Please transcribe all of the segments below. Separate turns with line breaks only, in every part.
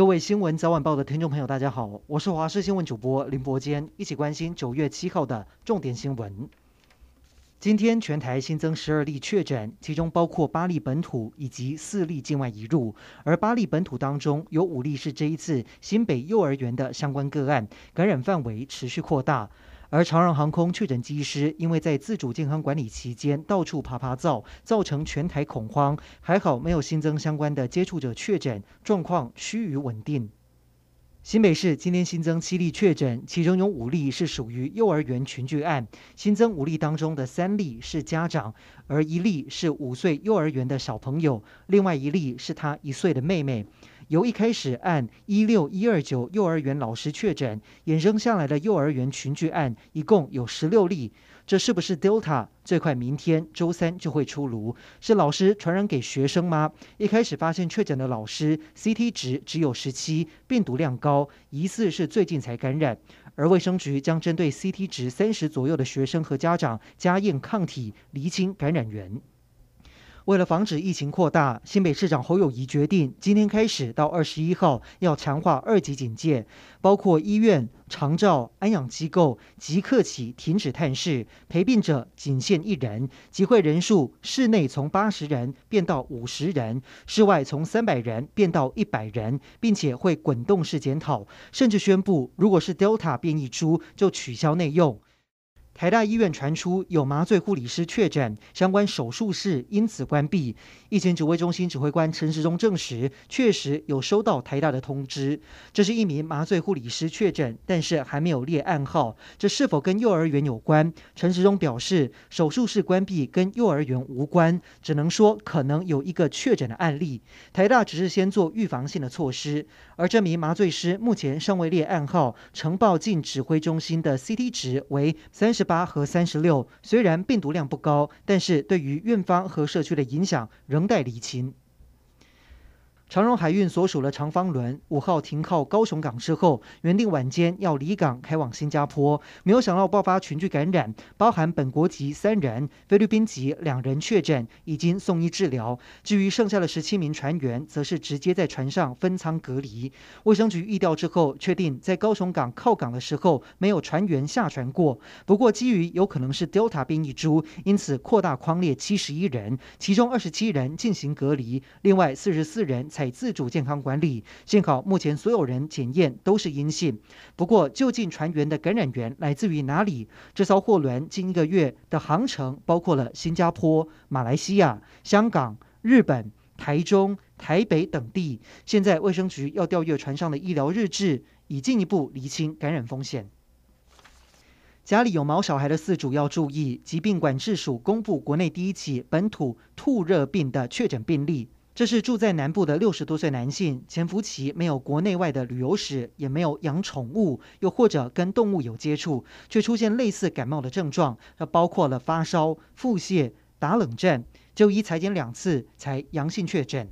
各位新闻早晚报的听众朋友，大家好，我是华视新闻主播林伯坚，一起关心9月7号的重点新闻。今天全台新增12例确诊，其中包括8例本土以及4例境外移入，而8例本土当中有5例是这一次新北幼儿园的相关个案，感染范围持续扩大。而长荣航空确诊机师因为在自主健康管理期间到处爬爬灶，造成全台恐慌，还好没有新增相关的接触者确诊，状况趋于稳定。新北市今天新增7例确诊，其中有5例是属于幼儿园群聚案，新增5例当中的3例是家长，而1例是5岁幼儿园的小朋友，另外1例是他1岁的妹妹。由一开始按16129幼儿园老师确诊，衍生下来的幼儿园群聚案一共有16例，这是不是 Delta？ 最快明天周3就会出炉。是老师传染给学生吗？一开始发现确诊的老师 CT 值只有17，病毒量高，疑似是最近才感染。而卫生局将针对 CT 值30左右的学生和家长加验抗体，厘清感染源。为了防止疫情扩大，新北市长侯友宜决定，今天开始到21号要强化2级警戒，包括医院、长照、安养机构即刻起停止探视，陪病者仅限1人，集会人数室内从80人变到50人，室外从300人变到100人，并且会滚动式检讨，甚至宣布，如果是 Delta 变异株，就取消内用。台大医院传出有麻醉护理师确诊，相关手术室因此关闭。疫情指挥中心指挥官陈时中证实，确实有收到台大的通知，这是一名麻醉护理师确诊，但是还没有列案号。这是否跟幼儿园有关？陈时中表示，手术室关闭跟幼儿园无关，只能说可能有一个确诊的案例。台大只是先做预防性的措施，而这名麻醉师目前尚未列案号，呈报进指挥中心的 CT 值为38和36，虽然病毒量不高，但是对于院方和社区的影响仍待厘清。长荣海运所属的长芳轮5号停靠高雄港之后，原定晚间要离港开往新加坡，没有想到爆发群聚感染，包含本国籍3人、菲律宾籍2人确诊，已经送医治疗。至于剩下的17名船员，则是直接在船上分舱隔离。卫生局疫调之后，确定在高雄港靠港的时候没有船员下船过。不过，基于有可能是 Delta 变异株，因此扩大匡列71人，其中27人进行隔离，另外44人采自主健康管理。幸好目前所有人检验都是阴性。不过，究竟船员的感染源来自于哪里？这艘货轮近1个月的航程包括了新加坡、马来西亚、香港、日本、台中、台北等地。现在卫生局要调阅船上的医疗日志，以进一步厘清感染风险。家里有毛小孩的饲主要注意，疾病管制署公布国内第1起本土兔热病的确诊病例。这是住在南部的60多岁男性，潜伏期没有国内外的旅游史，也没有养宠物，又或者跟动物有接触，却出现类似感冒的症状，包括了发烧、腹泻、打冷战，就医采检2次才阳性确诊。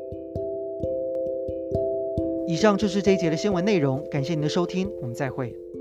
以上就是这一节的新闻内容，感谢您的收听，我们再会。